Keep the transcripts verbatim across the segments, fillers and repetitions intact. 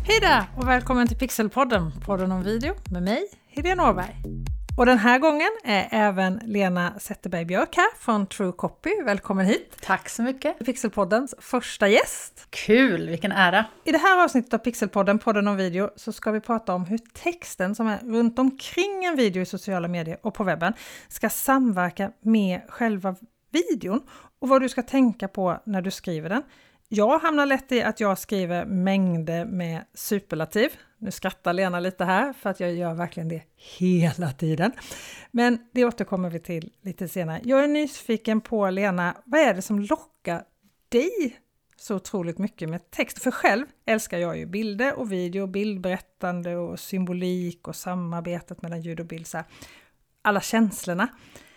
Hej där och välkommen till Pixelpodden, podden om video med mig, Helene Åberg. Och den här gången är även Lena Zetterberg Björk här från True Copy. Välkommen hit. Tack så mycket. Pixelpoddens första gäst. Kul, vilken ära. I det här avsnittet av Pixelpodden, podden om video, så ska vi prata om hur texten som är runt omkring en video i sociala medier och på webben ska samverka med själva videon och vad du ska tänka på när du skriver den. Jag hamnar lätt i att jag skriver mängder med superlativ. Nu skrattar Lena lite här för att jag gör verkligen det hela tiden. Men det återkommer vi till lite senare. Jag är nyfiken på, Lena, vad är det som lockar dig så otroligt mycket med text? För själv älskar jag ju bilder och video, bildberättande och symbolik och samarbetet mellan ljud och bild. Så här. Alla känslorna.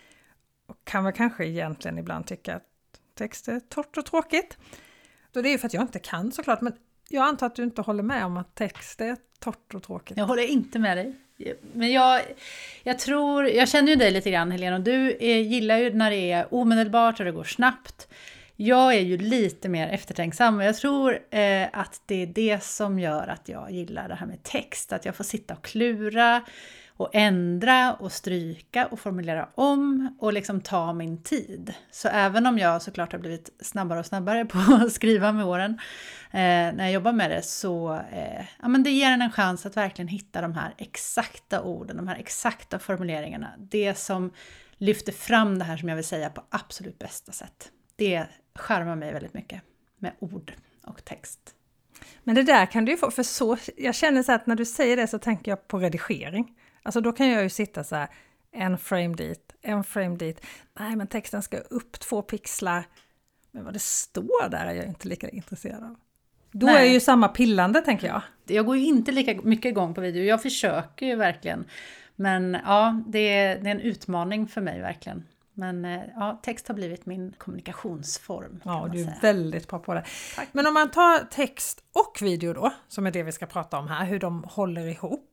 Och kan väl kanske egentligen ibland tycka att text är torrt och tråkigt. Då det är ju för att jag inte kan såklart, men jag antar att du inte håller med om att text är torrt och tråkigt. Jag håller inte med dig. Men jag, jag tror, jag känner ju dig lite grann, Helene, och du är, gillar ju när det är omedelbart och det går snabbt. Jag är ju lite mer eftertänksam och jag tror eh, att det är det som gör att jag gillar det här med text. Att jag får sitta och klura och ändra och stryka och formulera om och liksom ta min tid. Så även om jag såklart har blivit snabbare och snabbare på att skriva med åren eh, när jag jobbar med det, så eh, ja, men det ger en en chans att verkligen hitta de här exakta orden, de här exakta formuleringarna. Det som lyfter fram det här som jag vill säga på absolut bästa sätt. Det charmar mig väldigt mycket med ord och text. Men det där kan du ju få, för så, jag känner så att när du säger det så tänker jag på redigering. Alltså då kan jag ju sitta så här, en frame dit, en frame dit. Nej, men texten ska upp två pixlar. Men vad det står där är jag inte lika intresserad av. Då Nej. är ju samma pillande, tänker jag. Jag går ju inte lika mycket igång på video. Jag försöker ju verkligen. Men ja, det är, det är en utmaning för mig verkligen. Men ja, text har blivit min kommunikationsform. Ja, du är säga. väldigt bra på det. Tack. Men om man tar text och video då, som är det vi ska prata om här, hur de håller ihop.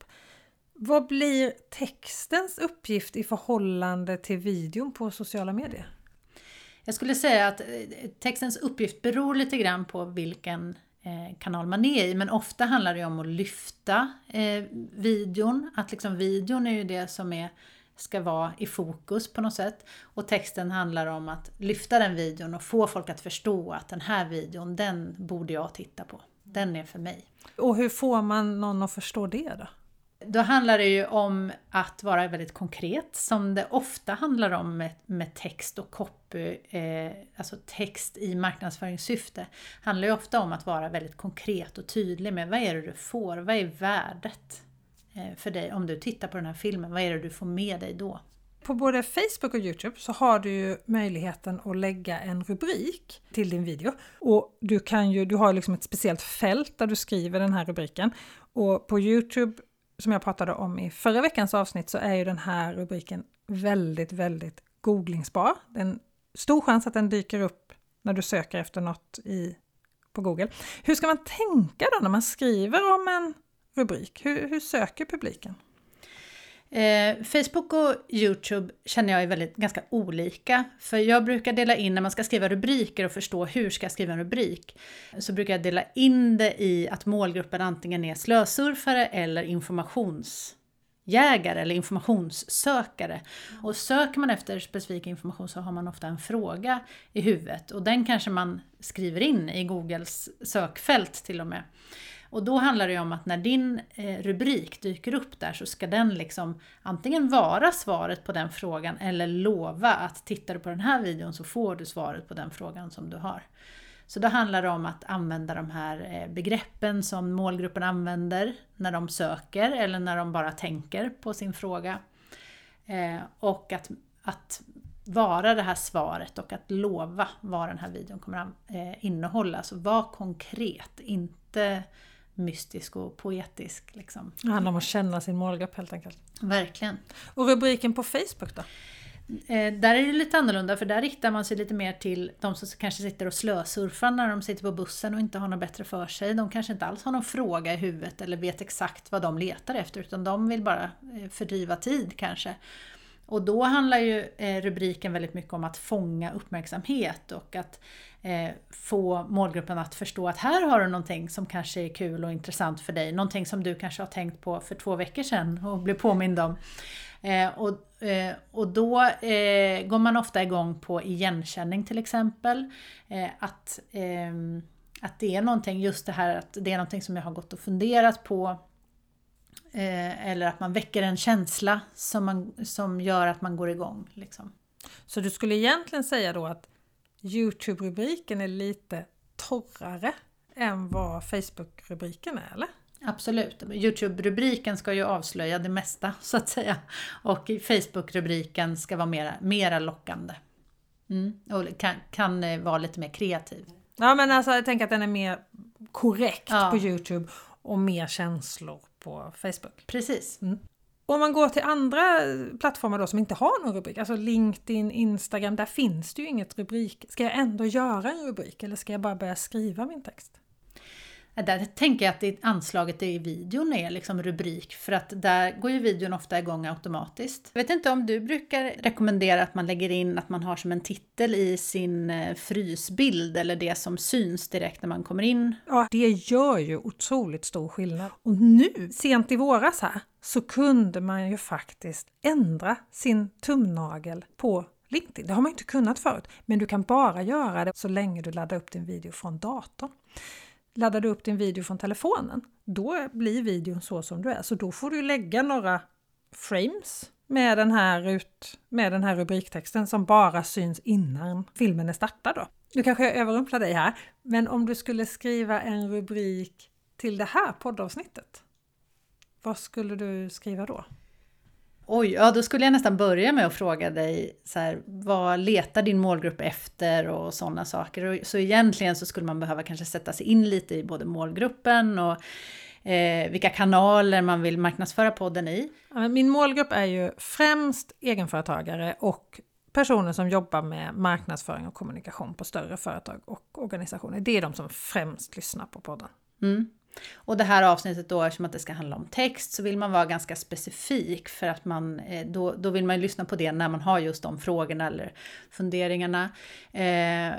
Vad blir textens uppgift i förhållande till videon på sociala medier? Jag skulle säga att textens uppgift beror lite grann på vilken eh, kanal man är i. Men ofta handlar det om att lyfta eh, videon. Att liksom videon är ju det som är, ska vara i fokus på något sätt. Och texten handlar om att lyfta den videon och få folk att förstå att den här videon, den borde jag titta på. Den är för mig. Och hur får man någon att förstå det då? Då handlar det ju om att vara väldigt konkret, som det ofta handlar om med, med text och copy, eh, alltså text i marknadsföringssyfte. Handlar ju ofta om att vara väldigt konkret och tydlig med vad är det du får, vad är värdet eh, för dig om du tittar på den här filmen, vad är det du får med dig då? På både Facebook och YouTube så har du ju möjligheten att lägga en rubrik till din video. Och du, kan ju, du har liksom ett speciellt fält där du skriver den här rubriken. Och på YouTube, som jag pratade om i förra veckans avsnitt, så är ju den här rubriken väldigt, väldigt googlingsbar. Det är en stor chans att den dyker upp när du söker efter något i, på Google. Hur ska man tänka då när man skriver om en rubrik? Hur, hur söker publiken? Eh, Facebook och YouTube känner jag är väldigt ganska olika, för jag brukar dela in, när man ska skriva rubriker och förstå hur ska jag skriva en rubrik, så brukar jag dela in det i att målgruppen antingen är slösurfare eller informationsjägare eller informationssökare. Och söker man efter specifik information så har man ofta en fråga i huvudet, och den kanske man skriver in i Googles sökfält till och med. Och då handlar det om att när din eh, rubrik dyker upp där, så ska den liksom antingen vara svaret på den frågan eller lova att tittar du på den här videon så får du svaret på den frågan som du har. Så då handlar det om att använda de här eh, begreppen som målgruppen använder när de söker eller när de bara tänker på sin fråga. Eh, och att, att vara det här svaret och att lova vad den här videon kommer att eh, innehålla. Så var konkret, inte mystisk och poetisk. Liksom. Det handlar om att känna sin målgrupp helt enkelt. Verkligen. Och rubriken på Facebook då? Eh, där är det lite annorlunda, för där riktar man sig lite mer till de som kanske sitter och slösurfar när de sitter på bussen och inte har något bättre för sig. De kanske inte alls har någon fråga i huvudet eller vet exakt vad de letar efter, utan de vill bara eh, fördriva tid kanske. Och då handlar ju eh, rubriken väldigt mycket om att fånga uppmärksamhet och att eh, få målgruppen att förstå att här har du någonting som kanske är kul och intressant för dig. Någonting som du kanske har tänkt på för två veckor sedan och blev påmind om. Eh, och, eh, och då eh, går man ofta igång på igenkänning till exempel. Eh, att, eh, att det är någonting, just det här att det är någonting som jag har gått och funderat på. Eh, eller att man väcker en känsla som, man, som gör att man går igång. Liksom. Så du skulle egentligen säga då att YouTube-rubriken är lite torrare än vad Facebook-rubriken är, eller? Absolut. YouTube-rubriken ska ju avslöja det mesta så att säga. Och Facebook-rubriken ska vara mera, mera lockande. Mm. Och kan, kan vara lite mer kreativ. Ja, men alltså jag tänker att den är mer korrekt ja. på YouTube och mer känslor på Facebook. Precis. Mm. Om man går till andra plattformar då som inte har någon rubrik, alltså LinkedIn, Instagram, där finns det ju inget rubrik. Ska jag ändå göra en rubrik eller ska jag bara börja skriva min text? Där tänker jag att det anslaget i videon är liksom rubrik, för att där går ju videon ofta igång automatiskt. Jag vet inte om du brukar rekommendera att man lägger in att man har som en titel i sin frysbild eller det som syns direkt när man kommer in. Ja, det gör ju otroligt stor skillnad. Och nu, sent i våras här, så kunde man ju faktiskt ändra sin tumnagel på LinkedIn. Det har man inte kunnat förut, men du kan bara göra det så länge du laddar upp din video från datorn. Laddar du upp din video från telefonen, då blir videon så som du är. Så då får du lägga några frames med den här, ut, med den här rubriktexten som bara syns innan filmen är startad då. Nu kanske jag överrumplar dig här, men om du skulle skriva en rubrik till det här poddavsnittet, vad skulle du skriva då? Oj, ja då skulle jag nästan börja med att fråga dig så här, vad letar din målgrupp efter och sådana saker. Och, så egentligen så skulle man behöva kanske sätta sig in lite i både målgruppen och eh, vilka kanaler man vill marknadsföra podden i. Ja, min målgrupp är ju främst egenföretagare och personer som jobbar med marknadsföring och kommunikation på större företag och organisationer. Det är de som främst lyssnar på podden. Mm. Och det här avsnittet då, eftersom att det ska handla om text, så vill man vara ganska specifik för att man, då, då vill man ju lyssna på det när man har just de frågorna eller funderingarna. Eh,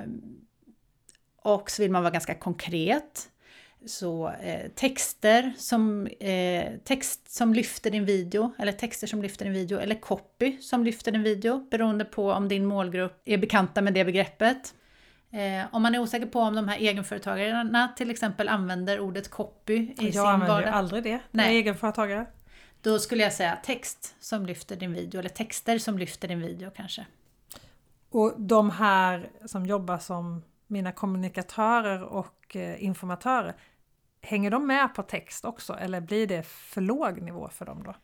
och så vill man vara ganska konkret. Så eh, texter som, eh, text som lyfter din video, eller texter som lyfter din video, eller copy som lyfter din video, beroende på om din målgrupp är bekanta med det begreppet. Eh, om man är osäker på om de här egenföretagarna till exempel använder ordet copy i jag sin använder vardag. ju aldrig det. Nej. Jag är egenföretagare. Då skulle jag säga text som lyfter din video, eller texter som lyfter din video kanske. Och de här som jobbar som mina kommunikatörer och eh, informatörer, hänger de med på text också eller blir det för låg nivå för dem då?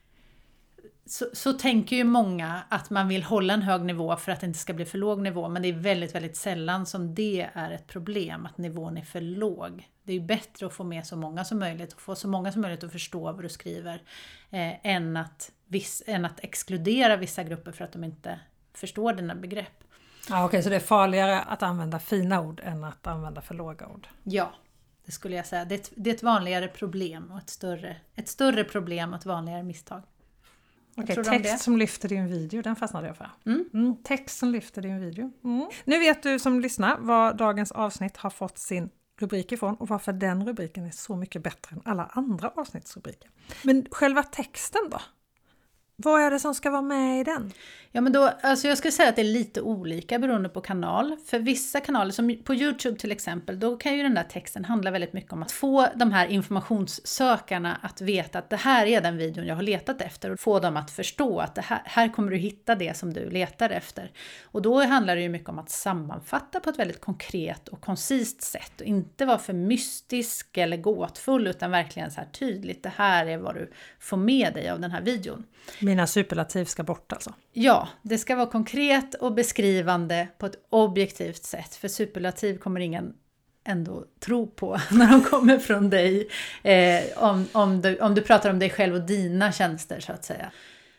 Så, så tänker ju många att man vill hålla en hög nivå för att det inte ska bli för låg nivå. Men det är väldigt, väldigt sällan som det är ett problem, att nivån är för låg. Det är ju bättre att få med så många som möjligt och få så många som möjligt att förstå vad du skriver. Eh, än, att viss, än att exkludera vissa grupper för att de inte förstår dina begrepp. Ja, okej, så det är farligare att använda fina ord än att använda för låga ord? Ja, det skulle jag säga. Det är ett, det är ett vanligare problem och ett större, ett större problem och ett vanligare misstag. Okej, text som lyfter din video, den fastnade jag för. Mm. Mm, text som lyfter din video. Mm. Nu vet du som lyssnar vad dagens avsnitt har fått sin rubrik ifrån och varför den rubriken är så mycket bättre än alla andra avsnittsrubriker. Men själva texten då? Vad är det som ska vara med i den? Ja, men då, alltså jag skulle säga att det är lite olika beroende på kanal. För vissa kanaler, som på YouTube till exempel, då kan ju den där texten handla väldigt mycket om att få de här informationssökarna att veta att det här är den videon jag har letat efter. Och få dem att förstå att det här, här kommer du hitta det som du letar efter. Och då handlar det ju mycket om att sammanfatta på ett väldigt konkret och koncist sätt. Och inte vara för mystisk eller gåtfull, utan verkligen så här tydligt. Det här är vad du får med dig av den här videon. Mina superlativ ska bort alltså? Ja, det ska vara konkret och beskrivande på ett objektivt sätt. För superlativ kommer ingen ändå tro på när de kommer från dig. Eh, om, om, du, om du pratar om dig själv och dina tjänster så att säga.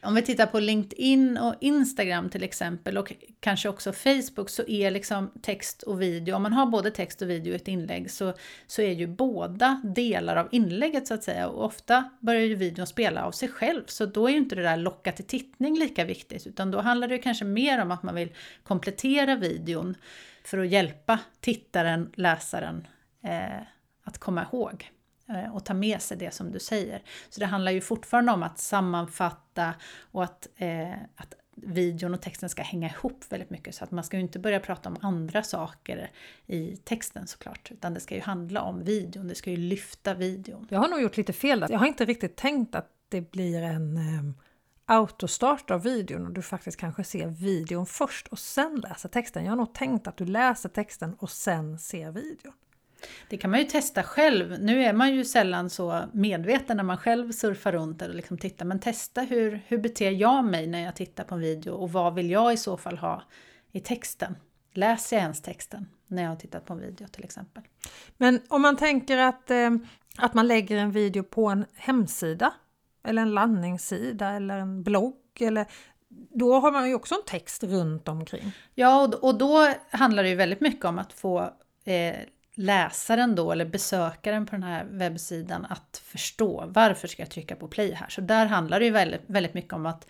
Om vi tittar på LinkedIn och Instagram till exempel och kanske också Facebook, så är liksom text och video, om man har både text och video i ett inlägg så, så är ju båda delar av inlägget så att säga, och ofta börjar ju videon spela av sig själv, så då är ju inte det där locka till tittning lika viktigt, utan då handlar det kanske mer om att man vill komplettera videon för att hjälpa tittaren, läsaren eh, att komma ihåg och ta med sig det som du säger. Så det handlar ju fortfarande om att sammanfatta och att, eh, att videon och texten ska hänga ihop väldigt mycket. Så att man ska ju inte börja prata om andra saker i texten såklart. Utan det ska ju handla om videon, det ska ju lyfta videon. Jag har nog gjort lite fel där. Jag har inte riktigt tänkt att det blir en eh, autostart av videon och du faktiskt kanske ser videon först och sen läser texten. Jag har nog tänkt att du läser texten och sen ser videon. Det kan man ju testa själv. Nu är man ju sällan så medveten när man själv surfar runt och liksom tittar. Men testa hur, hur beter jag mig när jag tittar på en video och vad vill jag i så fall ha i texten. Läser jag ens texten när jag har tittat på en video till exempel. Men om man tänker att, eh, att man lägger en video på en hemsida eller en landningssida eller en blogg, eller, då har man ju också en text runt omkring. Ja, och, och då handlar det ju väldigt mycket om att få eh, läsaren då eller besökaren på den här webbsidan att förstå varför ska jag trycka på play här. Så där handlar det ju väldigt, väldigt mycket om att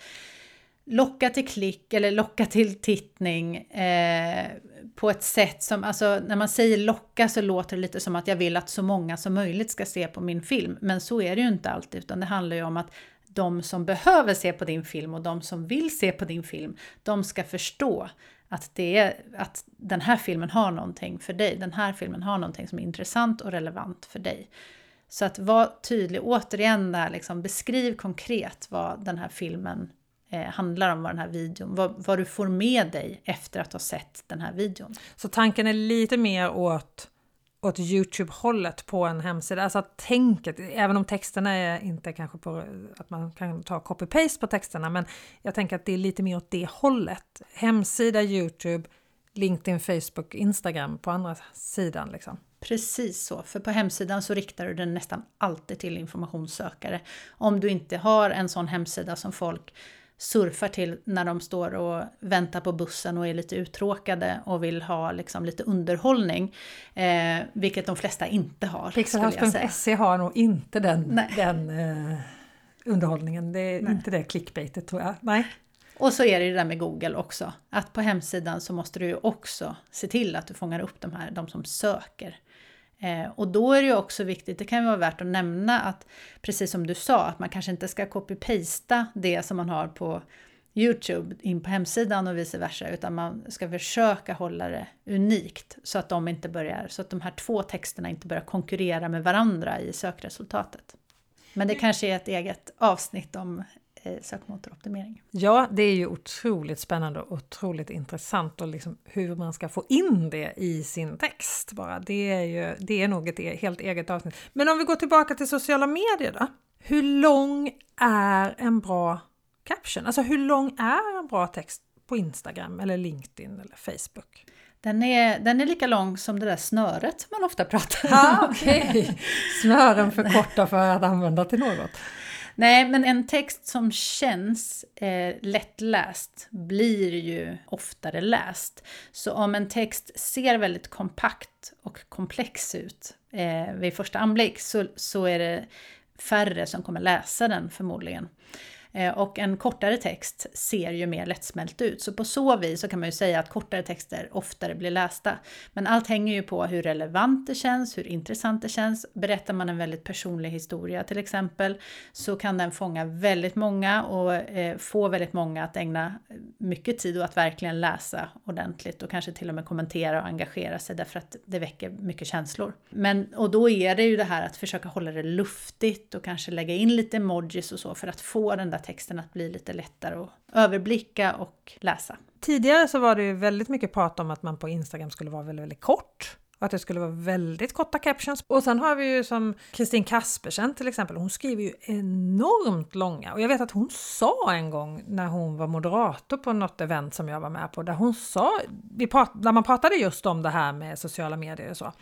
locka till klick eller locka till tittning eh, på ett sätt som, alltså när man säger locka så låter det lite som att jag vill att så många som möjligt ska se på min film. Men så är det ju inte alltid, utan det handlar ju om att de som behöver se på din film och de som vill se på din film, de ska förstå att, det är, att den här filmen har någonting för dig. Den här filmen har någonting som är intressant och relevant för dig. Så att vara tydlig, återigen där, liksom, beskriv konkret vad den här filmen eh, handlar om, vad den här videon, vad, vad du får med dig efter att ha sett den här videon. Så tanken är lite mer åt, åt YouTube-hållet på en hemsida. Alltså att tänket, även om texterna är inte kanske på att man kan ta copy-paste på texterna, men jag tänker att det är lite mer åt det hållet. Hemsida, YouTube, LinkedIn, Facebook, Instagram på andra sidan liksom. Precis så, för på hemsidan så riktar du den nästan alltid till informationssökare. Om du inte har en sån hemsida som folk surfar till när de står och väntar på bussen och är lite uttråkade och vill ha liksom lite underhållning, eh, vilket de flesta inte har. Pixelhouse punkt se har nog inte den, den eh, underhållningen, det är Nej. inte det clickbaitet tror jag. Nej. Och så är det ju det där med Google också, att på hemsidan så måste du ju också se till att du fångar upp de här, de som söker. Eh, och då är det ju också viktigt, det kan ju vara värt att nämna att precis som du sa, att man kanske inte ska copy-pasta det som man har på YouTube in på hemsidan och vice versa, utan man ska försöka hålla det unikt så att de inte börjar, så att de här två texterna inte börjar konkurrera med varandra i sökresultatet. Men det kanske är ett eget avsnitt om sökmotoroptimering. Ja, det är ju otroligt spännande och otroligt intressant och liksom hur man ska få in det i sin text bara. Det är ju det är nog ett helt eget avsnitt. Men om vi går tillbaka till sociala medier då. Hur lång är en bra caption? Alltså hur lång är en bra text på Instagram eller LinkedIn eller Facebook? Den är, den är lika lång som det där snöret som man ofta pratar om. Ah, okay. Snören för korta för att använda till något. Nej, men en text som känns eh, lättläst blir ju oftare läst. Så om en text ser väldigt kompakt och komplex ut eh, vid första anblick så, så är det färre som kommer läsa den förmodligen. Eh, och en kortare text ser ju mer lättsmält ut. Så på så vis så kan man ju säga att kortare texter oftare blir lästa. Men allt hänger ju på hur relevant det känns, hur intressant det känns. Berättar man en väldigt personlig historia till exempel så kan den fånga väldigt många och eh, få väldigt många att ägna mycket tid och att verkligen läsa ordentligt och kanske till och med kommentera och engagera sig därför att det väcker mycket känslor. Men, och då är det ju det här att försöka hålla det luftigt och kanske lägga in lite emojis och så för att få den där texten att bli lite lättare att överblicka och läsa. Tidigare så var det ju väldigt mycket prat om att man på Instagram skulle vara väldigt, väldigt kort. Och att det skulle vara väldigt korta captions. Och sen har vi ju som Kristin Kaspersen till exempel. Hon skriver ju enormt långa. Och jag vet att hon sa en gång när hon var moderator på något event som jag var med på. Där hon sa, vi prat, där man pratade just om det här med sociala medier och så.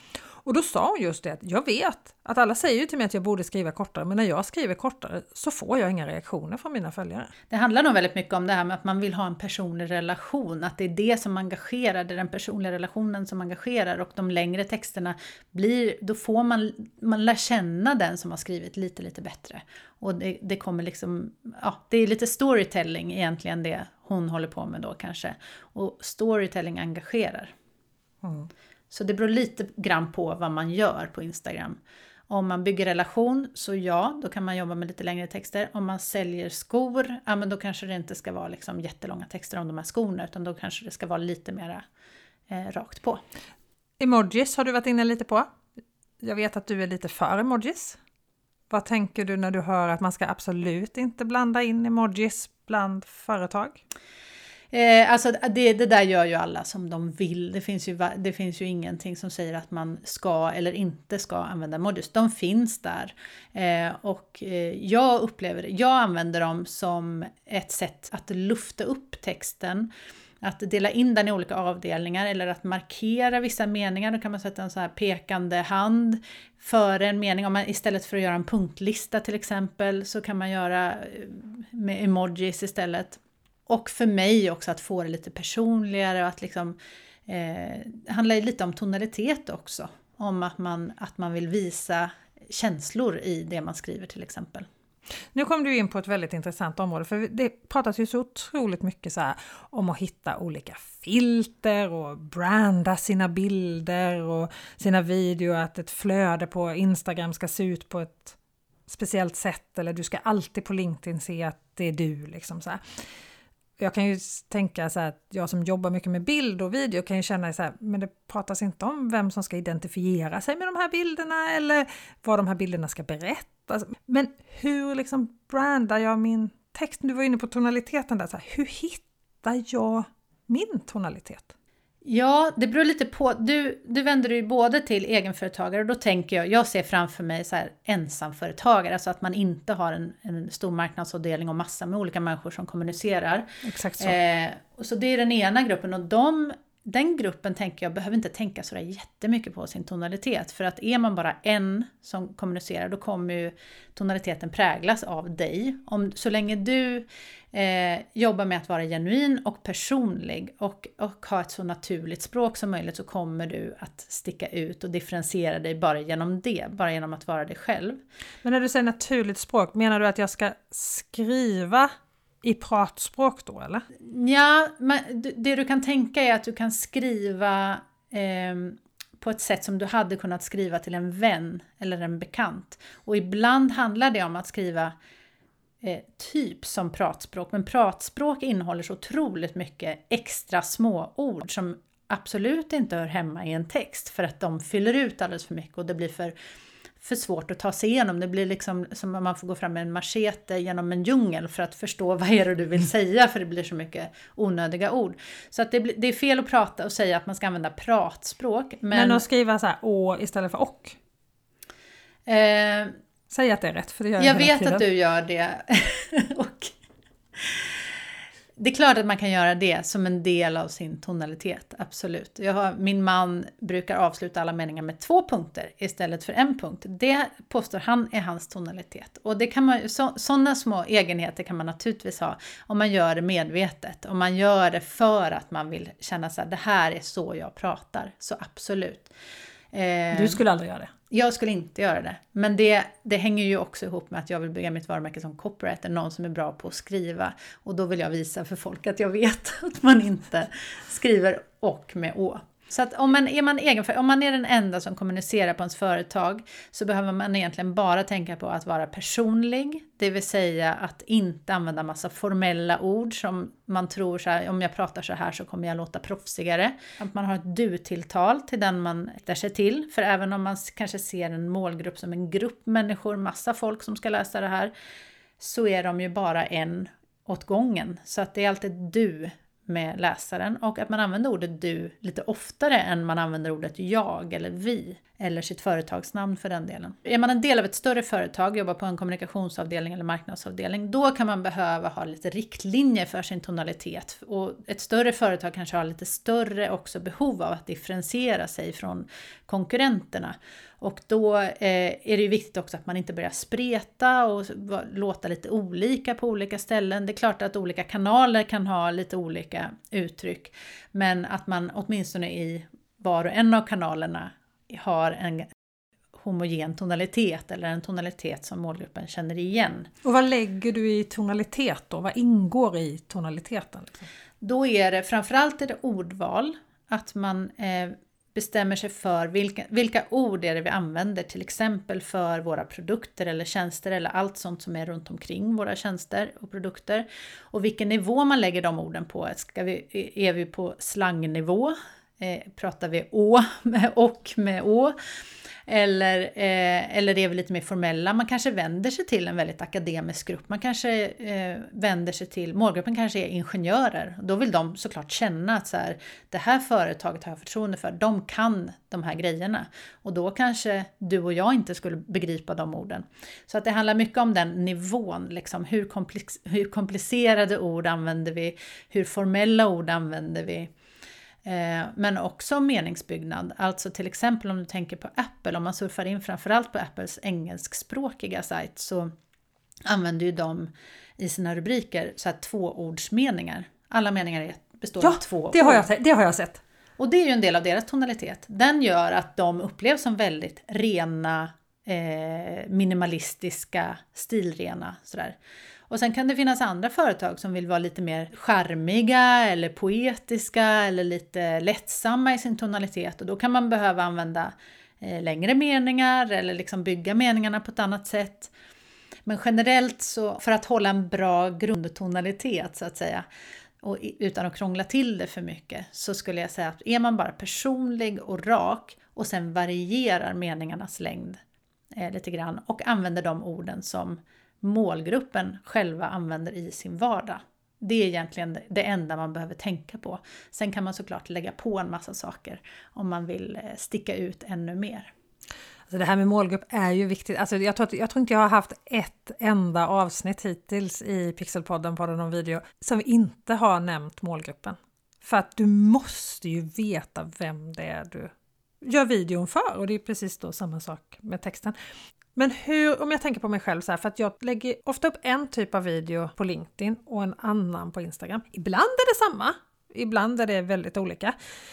Och då sa hon just det, att jag vet att alla säger ju till mig att jag borde skriva kortare, men när jag skriver kortare så får jag inga reaktioner från mina följare. Det handlar nog väldigt mycket om det här med att man vill ha en personlig relation, att det är det som engagerar, det är den personliga relationen som engagerar, och de längre texterna blir, då får man, man lär känna den som har skrivit lite lite bättre. Och det, det kommer liksom, ja, det är lite storytelling egentligen det hon håller på med då kanske. Och storytelling engagerar. Mm. Så det beror lite grann på vad man gör på Instagram. Om man bygger relation, så ja, då kan man jobba med lite längre texter. Om man säljer skor, ja, men då kanske det inte ska vara liksom jättelånga texter om de här skorna, utan då kanske det ska vara lite mer eh, rakt på. Emojis har du varit inne lite på. Jag vet att du är lite för emojis. Vad tänker du när du hör att man ska absolut inte blanda in emojis bland företag? Eh, alltså det, det där gör ju alla som de vill. Det finns, ju, det finns ju ingenting som säger att man ska eller inte ska använda emojis. De finns där. Eh, och eh, jag upplever det. Jag använder dem som ett sätt att lufta upp texten. Att dela in den i olika avdelningar eller att markera vissa meningar. Då kan man sätta en så här pekande hand före en mening. Om man, istället för att göra en punktlista till exempel, så kan man göra med emojis istället. Och för mig också att få det lite personligare och att liksom, eh, det handlar lite om tonalitet också. Om att man, att man vill visa känslor i det man skriver till exempel. Nu kom du in på ett väldigt intressant område, för det pratas ju så otroligt mycket så här om att hitta olika filter och branda sina bilder och sina videor, att ett flöde på Instagram ska se ut på ett speciellt sätt, eller du ska alltid på LinkedIn se att det är du liksom så här. Jag kan ju tänka så här att jag som jobbar mycket med bild och video kan ju känna så här, men det pratas inte om vem som ska identifiera sig med de här bilderna eller vad de här bilderna ska berätta. Men hur liksom brandar jag min text? Du var inne på tonaliteten där, så här, hur hittar jag min tonalitet? Ja, det beror lite på. Du, du vänder dig både till egenföretagare, och då tänker jag, jag ser framför mig så här ensamföretagare, alltså att man inte har en, en stor marknadsavdelning och massa med olika människor som kommunicerar. Exakt så. Eh, och så det är den ena gruppen, och de, den gruppen tänker jag behöver inte tänka så där jättemycket på sin tonalitet, för att är man bara en som kommunicerar, då kommer ju tonaliteten präglas av dig. Om, så länge du eh, jobbar med att vara genuin och personlig och, och ha ett så naturligt språk som möjligt, så kommer du att sticka ut och differentiera dig bara genom det, bara genom att vara dig själv. Men när du säger naturligt språk, menar du att jag ska skriva i pratspråk då, eller? Ja, men det du kan tänka är att du kan skriva eh, på ett sätt som du hade kunnat skriva till en vän eller en bekant. Och ibland handlar det om att skriva eh, typ som pratspråk. Men pratspråk innehåller så otroligt mycket extra små ord som absolut inte hör hemma i en text, för att de fyller ut alldeles för mycket och det blir för... för svårt att ta sig igenom. Det blir liksom som om man får gå fram med en machete genom en djungel för att förstå vad är det du vill säga, för det blir så mycket onödiga ord. Så att det, blir, det är fel att prata och säga att man ska använda pratspråk. Men, men att skriva så här å istället för och. Eh, Säg att det är rätt, för det gör jag Jag hela vet tiden. att du gör det. och det är klart att man kan göra det som en del av sin tonalitet, absolut. Jag har, min man brukar avsluta alla meningar med två punkter istället för en punkt. Det påstår han är hans tonalitet. Och det kan man, så, sådana små egenheter kan man naturligtvis ha om man gör det medvetet. Om man gör det för att man vill känna så här, det här är så jag pratar. Så absolut. Eh, du skulle aldrig göra det? Jag skulle inte göra det. Men det, det hänger ju också ihop med att jag vill bygga mitt varumärke som copywriter. Någon som är bra på att skriva. Och då vill jag visa för folk att jag vet att man inte skriver och med å. Så att om man, är man egen, om man är den enda som kommunicerar på ens företag, så behöver man egentligen bara tänka på att vara personlig. Det vill säga att inte använda massa formella ord som man tror så här, om jag pratar så här så kommer jag låta proffsigare. Att man har ett du-tilltal till den man riktar sig till. För även om man kanske ser en målgrupp som en grupp människor, massa folk som ska läsa det här, så är de ju bara en åt gången. Så att det är alltid du med läsaren, och att man använder ordet du lite oftare än man använder ordet jag eller vi. eller sitt företagsnamn för den delen. Är man en del av ett större företag, jobbar på en kommunikationsavdelning eller marknadsavdelning, då kan man behöva ha lite riktlinjer för sin tonalitet. Och ett större företag kanske har lite större också behov av att differentiera sig från konkurrenterna. Och då eh, är det ju viktigt också att man inte börjar spreta och låta lite olika på olika ställen. Det är klart att olika kanaler kan ha lite olika uttryck, men att man åtminstone i var och en av kanalerna har en homogen tonalitet eller en tonalitet som målgruppen känner igen. Och vad lägger du i tonalitet då? Vad ingår i tonaliteten? Liksom? Då är det framförallt är det ordval, att man eh, bestämmer sig för vilka, vilka ord är det vi använder, till exempel för våra produkter eller tjänster eller allt sånt som är runt omkring våra tjänster och produkter. Och vilken nivå man lägger de orden på. Ska vi, är vi på slangnivå? Eh, pratar vi å med och med å? Eller, eh, eller är vi lite mer formella? Man kanske vänder sig till en väldigt akademisk grupp. Man kanske eh, vänder sig till, målgruppen kanske är ingenjörer. Då vill de såklart känna att så här, det här företaget har jag förtroende för. De kan de här grejerna. Och då kanske du och jag inte skulle begripa de orden. Så att det handlar mycket om den nivån. Liksom, hur, komplex, hur komplicerade ord använder vi? Hur formella ord använder vi? Men också meningsbyggnad, alltså till exempel om du tänker på Apple, om man surfar in framförallt på Apples engelskspråkiga sajt, så använder ju de i sina rubriker så här tvåordsmeningar. Alla meningar består ja, av två det har ord. jag, det har jag sett. Och det är ju en del av deras tonalitet. Den gör att de upplevs som väldigt rena, eh, minimalistiska, stilrena sådär. Och sen kan det finnas andra företag som vill vara lite mer charmiga eller poetiska eller lite lättsamma i sin tonalitet. Och då kan man behöva använda eh, längre meningar eller liksom bygga meningarna på ett annat sätt. Men generellt så, för att hålla en bra grundtonalitet så att säga, och utan att krångla till det för mycket, så skulle jag säga att är man bara personlig och rak och sen varierar meningarnas längd eh, lite grann och använder de orden som målgruppen själva använder i sin vardag. Det är egentligen det enda man behöver tänka på. Sen kan man såklart lägga på en massa saker om man vill sticka ut ännu mer. Alltså det här med målgrupp är ju viktigt. Alltså jag, tror, jag tror inte jag har haft ett enda avsnitt hittills i Pixelpodden, podden om video, som vi inte har nämnt målgruppen. För att du måste ju veta vem det är du gör videon för. Och det är precis då samma sak med texten. Men hur, om jag tänker på mig själv så här, för att jag lägger ofta upp en typ av video på LinkedIn och en annan på Instagram. Ibland är det samma, ibland är det väldigt olika.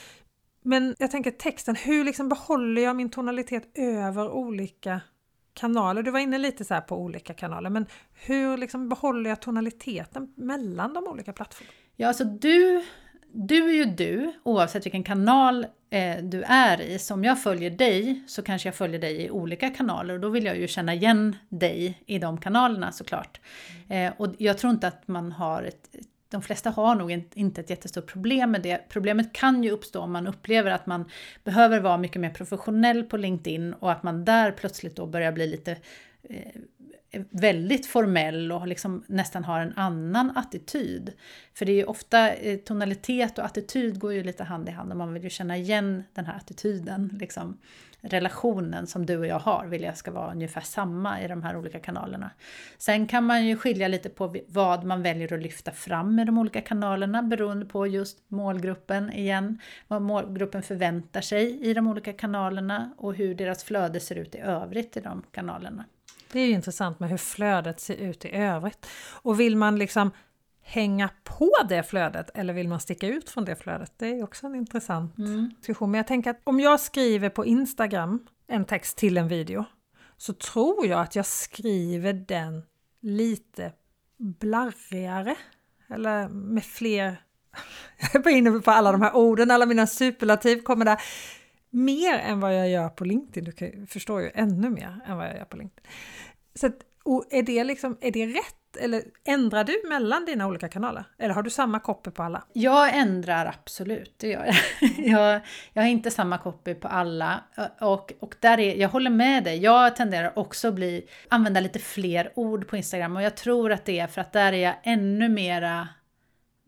Men jag tänker texten, hur liksom behåller jag min tonalitet över olika kanaler? Du var inne lite så här på olika kanaler, men hur liksom behåller jag tonaliteten mellan de olika plattformarna? Ja, alltså du... Du är ju du, oavsett vilken kanal eh, du är i. Som jag följer dig så kanske jag följer dig i olika kanaler. Och då vill jag ju känna igen dig i de kanalerna såklart. Eh, och jag tror inte att man har ett... De flesta har nog inte ett jättestort problem med det. Problemet kan ju uppstå om man upplever att man behöver vara mycket mer professionell på LinkedIn. Och att man där plötsligt då börjar bli lite... Eh, väldigt formell och liksom nästan har en annan attityd. För det är ju ofta eh, tonalitet och attityd går ju lite hand i hand och man vill ju känna igen den här attityden. Liksom. Relationen som du och jag har vill jag ska vara ungefär samma i de här olika kanalerna. Sen kan man ju skilja lite på vad man väljer att lyfta fram i de olika kanalerna beroende på just målgruppen igen. Vad målgruppen förväntar sig i de olika kanalerna och hur deras flöde ser ut i övrigt i de kanalerna. Det är ju intressant med hur flödet ser ut i övrigt. Och vill man liksom hänga på det flödet eller vill man sticka ut från det flödet? Det är också en intressant mm. diskussion. Men jag tänker att om jag skriver på Instagram en text till en video så tror jag att jag skriver den lite blarrigare eller med fler... Jag är bara inne på alla de här orden, alla mina superlativ kommer där. Mer än vad jag gör på LinkedIn. Du kan, förstår ju ännu mer än vad jag gör på LinkedIn. Så att, och är det liksom, är det rätt? Eller ändrar du mellan dina olika kanaler? Eller har du samma copy på alla? Jag ändrar absolut, det gör jag. jag, jag har inte samma copy på alla. Och, och där är, jag håller med dig. Jag tenderar också att bli, använda lite fler ord på Instagram. Och jag tror att det är för att där är jag ännu mera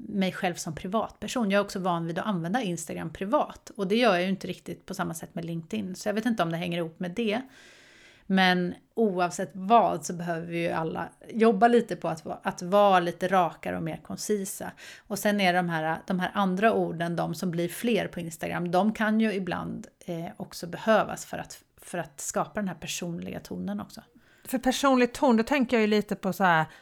mig själv som privatperson. Jag är också van vid att använda Instagram privat. Och det gör jag ju inte riktigt på samma sätt med LinkedIn. Så jag vet inte om det hänger ihop med det. Men oavsett vad så behöver vi ju alla jobba lite på att, att vara lite rakare och mer koncisa. Och sen är de här, de här andra orden, de som blir fler på Instagram, de kan ju ibland eh, också behövas för att, för att skapa den här personliga tonen också. För personlig ton, då tänker jag ju lite på så här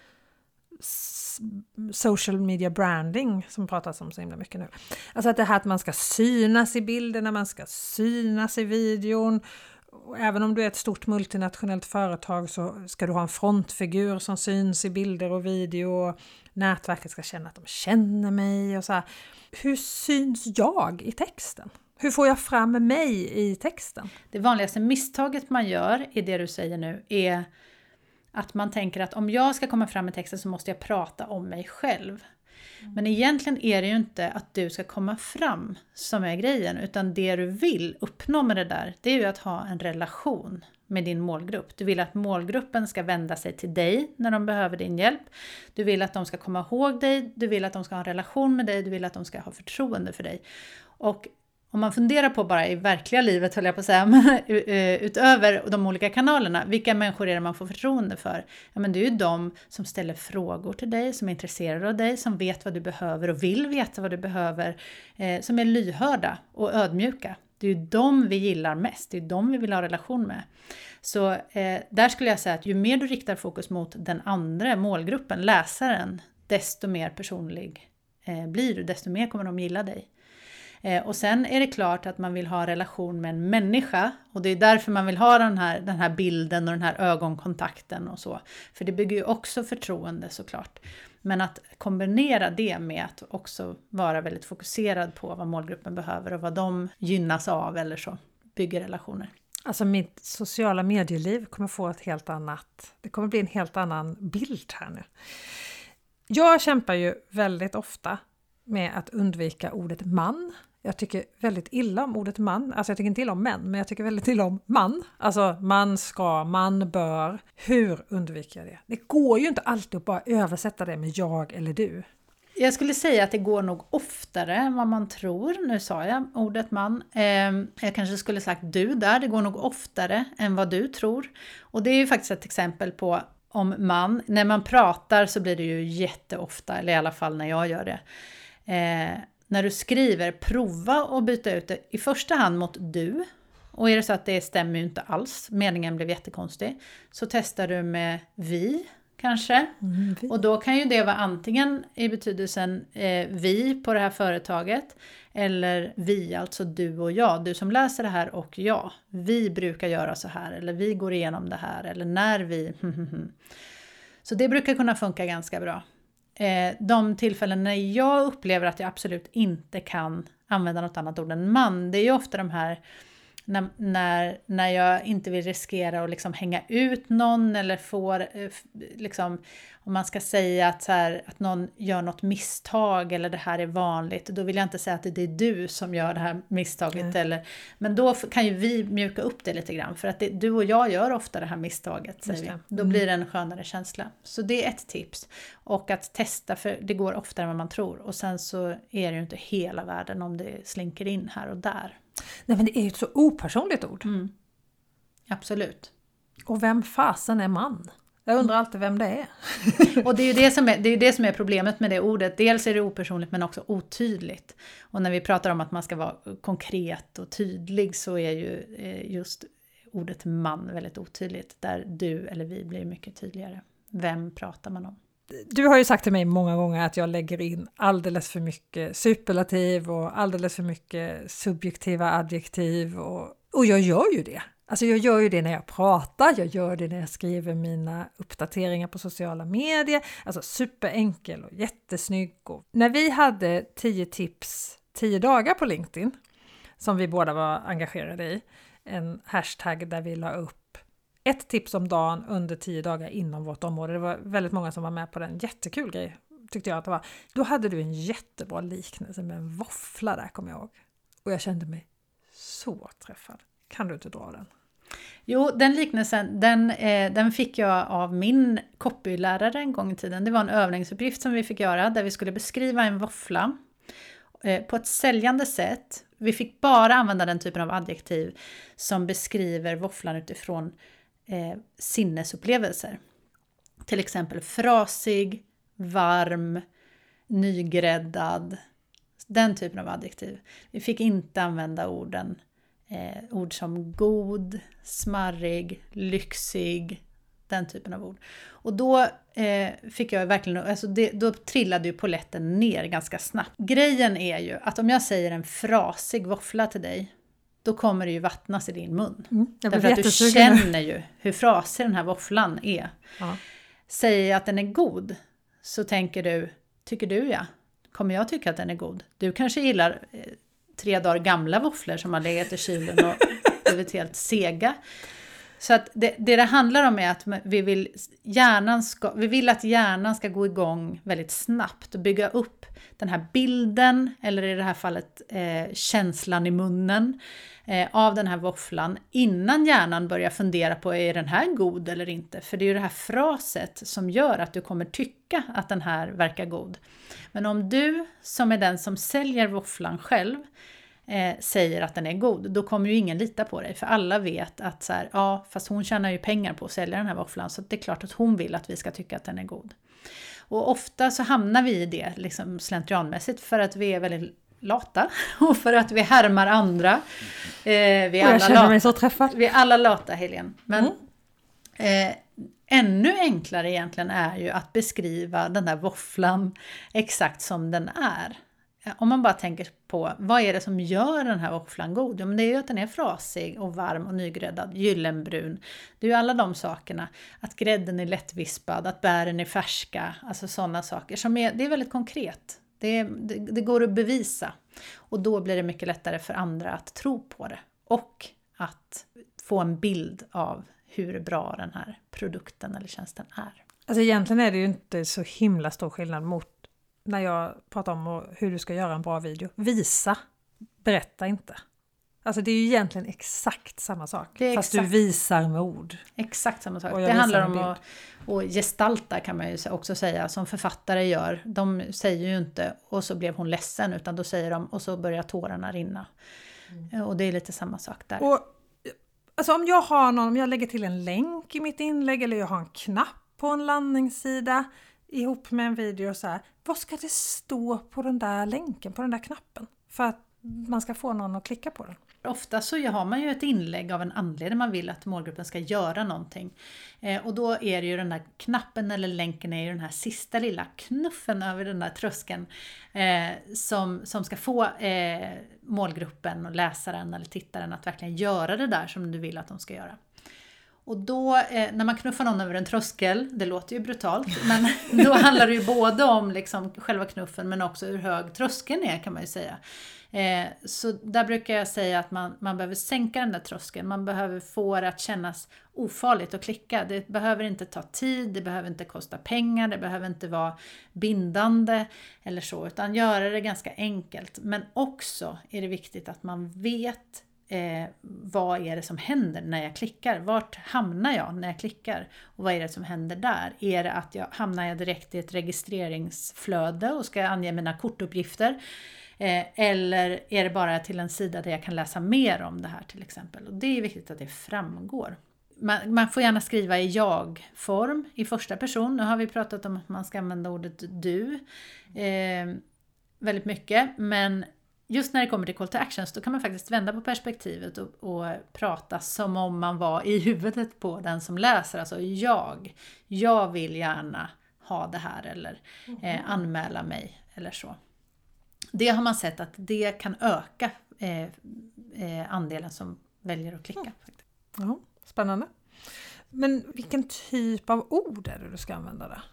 social media branding som pratas om så himla mycket nu. Alltså att det här att man ska synas i bilderna, man ska synas i videon. Och även om du är ett stort multinationellt företag så ska du ha en frontfigur som syns i bilder och video. Nätverket ska känna att de känner mig och så här. Hur syns jag i texten? Hur får jag fram mig i texten? Det vanligaste misstaget man gör i det du säger nu är att man tänker att om jag ska komma fram i texten så måste jag prata om mig själv. Mm. Men egentligen är det ju inte att du ska komma fram som är grejen. Utan det du vill uppnå med det där, det är ju att ha en relation med din målgrupp. Du vill att målgruppen ska vända sig till dig när de behöver din hjälp. Du vill att de ska komma ihåg dig. Du vill att de ska ha en relation med dig. Du vill att de ska ha förtroende för dig. Och om man funderar på bara i verkliga livet, höll jag på att säga, men utöver de olika kanalerna, vilka människor är det man får förtroende för? Ja, men det är ju de som ställer frågor till dig, som är intresserade av dig, som vet vad du behöver och vill veta vad du behöver, eh, som är lyhörda och ödmjuka. Det är ju de vi gillar mest, det är ju de vi vill ha relation med. Så eh, där skulle jag säga att ju mer du riktar fokus mot den andra målgruppen, läsaren, desto mer personlig eh, blir du, desto mer kommer de gilla dig. Och sen är det klart att man vill ha en relation med en människa. Och det är därför man vill ha den här, den här bilden och den här ögonkontakten och så. För det bygger ju också förtroende såklart. Men att kombinera det med att också vara väldigt fokuserad på vad målgruppen behöver och vad de gynnas av eller så. Bygger relationer. Alltså mitt sociala medieliv kommer få ett helt annat, det kommer bli en helt annan bild här nu. Jag kämpar ju väldigt ofta med att undvika ordet man. Jag tycker väldigt illa om ordet man. Alltså jag tycker inte illa om män, men jag tycker väldigt illa om man. Alltså man ska, man bör. Hur undviker jag det? Det går ju inte alltid att bara översätta det med jag eller du. Jag skulle säga att det går nog oftare än vad man tror. Nu sa jag ordet man. Jag kanske skulle sagt du där. Det går nog oftare än vad du tror. Och det är ju faktiskt ett exempel på om man. När man pratar så blir det ju jätteofta, eller i alla fall när jag gör det. Eh, när du skriver, prova och byta ut det i första hand mot du. Och är det så att det stämmer ju inte alls, meningen blev jättekonstig, så testar du med vi kanske. Mm, vi. Och då kan ju det vara antingen i betydelsen eh, vi på det här företaget eller vi, alltså du och jag, du som läser det här och jag. Vi brukar göra så här eller vi går igenom det här eller när vi... Så det brukar kunna funka ganska bra. De tillfällen när jag upplever att jag absolut inte kan använda något annat ord än man, det är ju ofta de här när, när, när jag inte vill riskera att liksom hänga ut någon eller får liksom, om man ska säga att, så här, att någon gör något misstag eller det här är vanligt, då vill jag inte säga att det är du som gör det här misstaget. Mm. Eller, men då kan ju vi mjuka upp det lite grann för att det, du och jag gör ofta det här misstaget, säger vi. Mm. Då blir det en skönare känsla. Så det är ett tips. Och att testa, för det går oftare än vad man tror. Och sen så är det ju inte hela världen om det slinker in här och där. Nej, men det är ju ett så opersonligt ord. Mm. Absolut. Och vem fasen är man? Jag undrar alltid vem det är. Och det är ju det som är, det är det som är problemet med det ordet. Dels är det opersonligt men också otydligt. Och när vi pratar om att man ska vara konkret och tydlig så är ju just ordet man väldigt otydligt. Där du eller vi blir mycket tydligare. Vem pratar man om? Du har ju sagt till mig många gånger att jag lägger in alldeles för mycket superlativ och alldeles för mycket subjektiva adjektiv. Och, och jag gör ju det. Alltså jag gör ju det när jag pratar, jag gör det när jag skriver mina uppdateringar på sociala medier. Alltså superenkel och jättesnygg. Och när vi hade tio tips, tio dagar på LinkedIn som vi båda var engagerade i. En hashtag där vi la upp ett tips om dagen under tio dagar inom vårt område. Det var väldigt många som var med på den. Jättekul grej tyckte jag att det var. Då hade du en jättebra liknelse med en våffla där, kommer jag ihåg. Och jag kände mig så träffad. Kan du inte dra den? Jo, den liknelsen den, eh, den fick jag av min copylärare en gång i tiden. Det var en övningsuppgift som vi fick göra där vi skulle beskriva en våffla eh, på ett säljande sätt. Vi fick bara använda den typen av adjektiv som beskriver våfflan utifrån eh, sinnesupplevelser. Till exempel frasig, varm, nygräddad. Den typen av adjektiv. Vi fick inte använda orden Eh, ord som god, smarrig, lyxig, den typen av ord. Och då eh, fick jag verkligen, alltså det, då trillade ju polletten ner ganska snabbt. Grejen är ju att om jag säger en frasig våffla till dig, då kommer det ju vattnas i din mun. Mm, Därför att du känner ju hur frasig den här våfflan är. Ja. Säger jag att den är god, så tänker du, tycker du ja? Kommer jag tycka att den är god? Du kanske gillar eh, tre dagar gamla våfflor som har legat i kylen och blivit helt sega. Så att det, det det handlar om är att vi vill, hjärnan ska, vi vill att hjärnan ska gå igång väldigt snabbt och bygga upp den här bilden, eller i det här fallet eh, känslan i munnen eh, av den här våfflan innan hjärnan börjar fundera på är den här god eller inte. För det är ju det här fraset som gör att du kommer tycka att den här verkar god. Men om du som är den som säljer våfflan själv eh, säger att den är god, då kommer ju ingen lita på dig. För alla vet att så här, ja, fast hon tjänar ju pengar på att sälja den här våfflan, så det är klart att hon vill att vi ska tycka att den är god. Och ofta så hamnar vi i det liksom slentrianmässigt för att vi är väldigt lata och för att vi härmar andra. Eh, vi är jag alla känner lata. mig så träffad. Vi är alla lata, Helene. Men Mm. eh, ännu enklare egentligen är ju att beskriva den där våfflan exakt som den är. Om man bara tänker på vad är det som gör den här våfflan god? Ja, men det är ju att den är frasig och varm och nygräddad, gyllenbrun. Det är ju alla de sakerna. Att grädden är lättvispad, att bären är färska. Alltså sådana saker. Som är, det är väldigt konkret. Det, är, det, det går att bevisa. Och då blir det mycket lättare för andra att tro på det. Och att få en bild av hur bra den här produkten eller tjänsten är. Alltså egentligen är det ju inte så himla stor skillnad mot när jag pratar om hur du ska göra en bra video. Visa, berätta inte. Alltså det är ju egentligen exakt samma sak. Fast exakt. du visar med ord. Exakt samma sak. Och Det handlar om att, att gestalta, kan man ju också säga, som författare gör. De säger ju inte och så blev hon ledsen, utan då säger de och så börjar tårarna rinna. Mm. Och det är lite samma sak där. Och, alltså om jag har någon, om jag lägger till en länk i mitt inlägg eller jag har en knapp på en landningssida ihop med en video så här, vad ska det stå på den där länken, på den där knappen? För att man ska få någon att klicka på den. Ofta så har man ju ett inlägg av en anledning, man vill att målgruppen ska göra någonting. Eh, och då är det ju den där knappen eller länken är ju den här sista lilla knuffen över den där tröskeln eh, som, som ska få eh, målgruppen och läsaren eller tittaren att verkligen göra det där som du vill att de ska göra. Och då, eh, när man knuffar någon över en tröskel, det låter ju brutalt, men då handlar det ju både om liksom själva knuffen men också hur hög tröskeln är, kan man ju säga. Eh, så där brukar jag säga att man, man behöver sänka den där tröskeln, man behöver få det att kännas ofarligt att klicka. Det behöver inte ta tid, det behöver inte kosta pengar, det behöver inte vara bindande eller så, utan göra det ganska enkelt. Men också är det viktigt att man vet Eh, vad är det som händer när jag klickar? Vart hamnar jag när jag klickar? Och vad är det som händer där? Är det att jag hamnar jag direkt i ett registreringsflöde och ska ange mina kortuppgifter? Eh, eller är det bara till en sida där jag kan läsa mer om det här till exempel? Och det är viktigt att det framgår. Man, man får gärna skriva i jag-form i första person. Nu har vi pratat om att man ska använda ordet du eh, väldigt mycket, men just när det kommer till call to actions, då kan man faktiskt vända på perspektivet och, och prata som om man var i huvudet på den som läser. Alltså jag, jag vill gärna ha det här eller eh, anmäla mig eller så. Det har man sett att det kan öka eh, eh, andelen som väljer att klicka. Mm. Ja, spännande. Men vilken typ av ord är det du ska använda där?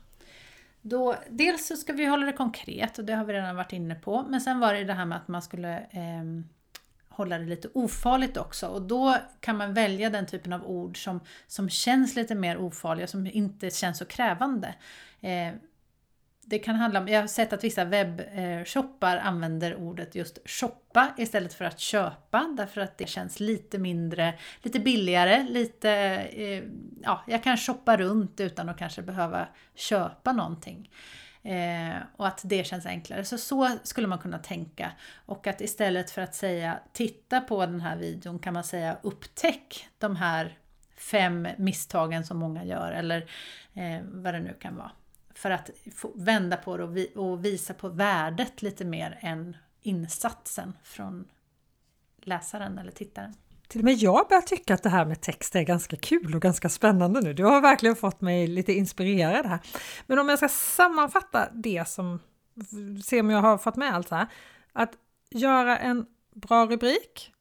Då, dels så ska vi hålla det konkret och det har vi redan varit inne på. Men sen var det det här med att man skulle eh, hålla det lite ofarligt också. Och då kan man välja den typen av ord som, som känns lite mer ofarliga, som inte känns så krävande. Eh, det kan handla om, jag har sett att vissa webbshoppar använder ordet just shoppa istället för att köpa, därför att det känns lite mindre, lite billigare, lite, eh, ja, jag kan shoppa runt utan att kanske behöva köpa någonting. Eh, och att det känns enklare. Så så skulle man kunna tänka. Och att istället för att säga titta på den här videon kan man säga upptäck de här fem misstagen som många gör, eller eh, vad det nu kan vara. För att få vända på det och, vi, och visa på värdet lite mer än insatsen från läsaren eller tittaren. Till och med jag börjar tycka att det här med text är ganska kul och ganska spännande nu. Du har verkligen fått mig lite inspirerad här. Men om jag ska sammanfatta det som, se om jag har fått med allt så här. Att göra en bra rubrik,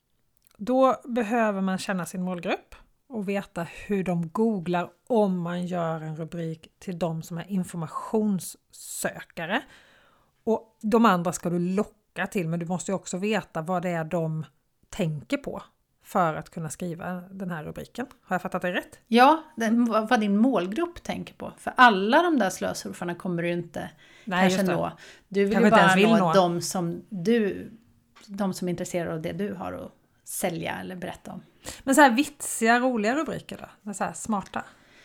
då behöver man känna sin målgrupp och veta hur de googlar om man gör en rubrik till de som är informationssökare. Och de andra ska du locka till, men du måste ju också veta vad det är de tänker på för att kunna skriva den här rubriken. Har jag fattat det rätt? Ja, den, vad din målgrupp tänker på. För alla de där slösurfarna kommer du inte Nej, kanske nå. Du vill ju bara vill nå, nå de som du, de som är intresserade av det du har att sälja eller berätta om. Men så här vitsiga, roliga rubriker då? Så här smarta?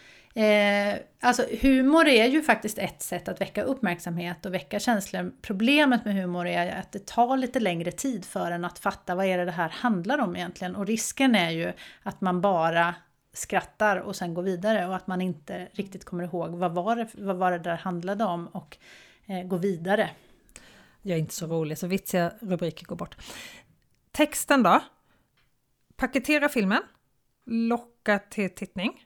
Eh, alltså humor är ju faktiskt ett sätt att väcka uppmärksamhet och väcka känslor. Problemet med humor är att det tar lite längre tid för en att fatta vad är det det här handlar om egentligen. Och risken är ju att man bara skrattar och sen går vidare och att man inte riktigt kommer ihåg vad var det, vad var det där handlade om och eh, går vidare. Jag är inte så rolig så vitsiga rubriker går bort. Texten då? Paketera filmen, locka till tittning.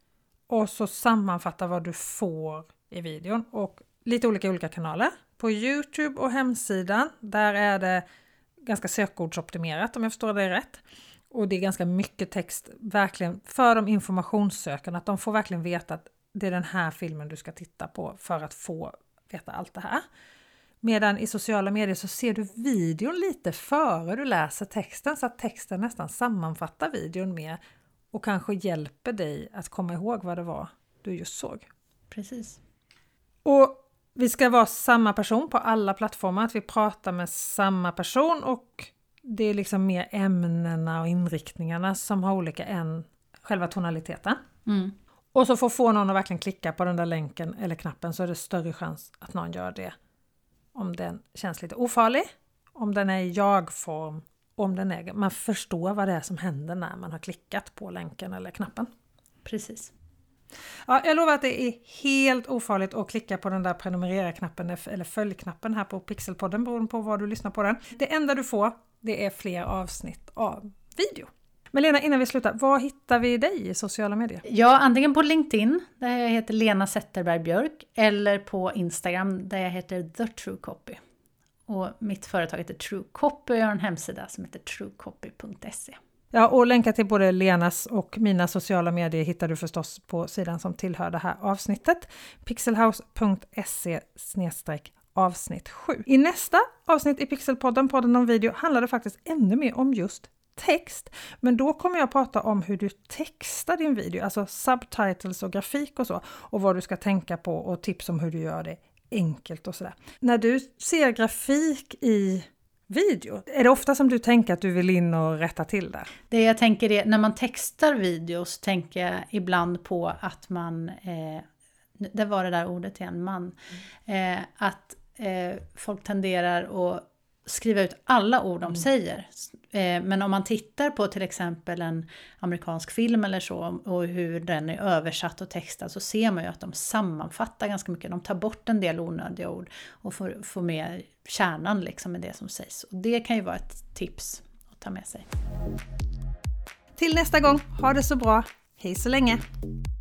Och så sammanfatta vad du får i videon. Och lite olika olika kanaler. På YouTube och hemsidan. Där är det ganska sökordsoptimerat om jag förstår det rätt. Och det är ganska mycket text verkligen för de informationssökande. Att de får verkligen veta att det är den här filmen du ska titta på för att få veta allt det här. Medan i sociala medier så ser du videon lite före du läser texten. Så att texten nästan sammanfattar videon med. Och kanske hjälper dig att komma ihåg vad det var du just såg. Precis. Och vi ska vara samma person på alla plattformar. Att vi pratar med samma person. Och det är liksom mer ämnena och inriktningarna som har olika än själva tonaliteten. Mm. Och så får få någon att verkligen klicka på den där länken eller knappen. Så är det större chans att någon gör det. Om den känns lite ofarlig. Om den är i jag-form. Om den är, man förstår vad det är som händer när man har klickat på länken eller knappen. Precis. Ja, jag lovar att det är helt ofarligt att klicka på den där prenumerera-knappen eller följ-knappen här på Pixelpodden beroende på vad du lyssnar på den. Det enda du får, det är fler avsnitt av video. Men Lena, innan vi slutar, var hittar vi dig i sociala medier? Ja, antingen på LinkedIn där jag heter Lena Zetterberg Björk eller på Instagram där jag heter The True Copy. Och mitt företag heter True Copy och jag har en hemsida som heter true copy punkt se. Ja, och länkar till både Lenas och mina sociala medier hittar du förstås på sidan som tillhör det här avsnittet. pixelhouse punkt se snedstreck avsnitt sju. I nästa avsnitt i Pixelpodden, podden om video, handlar det faktiskt ännu mer om just text. Men då kommer jag prata om hur du textar din video, alltså subtitles och grafik och så. Och vad du ska tänka på och tips om hur du gör det enkelt och sådär. När du ser grafik i video, är det ofta som du tänker att du vill in och rätta till det? Det jag tänker är, när man textar videos tänker jag ibland på att man, eh, det var det där ordet igen, man, eh, att eh, folk tenderar att skriva ut alla ord de mm. säger. Eh, men om man tittar på till exempel en amerikansk film eller så och hur den är översatt och textad så ser man ju att de sammanfattar ganska mycket. De tar bort en del onödiga ord och får, får med kärnan liksom med det som sägs. Och det kan ju vara ett tips att ta med sig. Till nästa gång, ha det så bra. Hej så länge!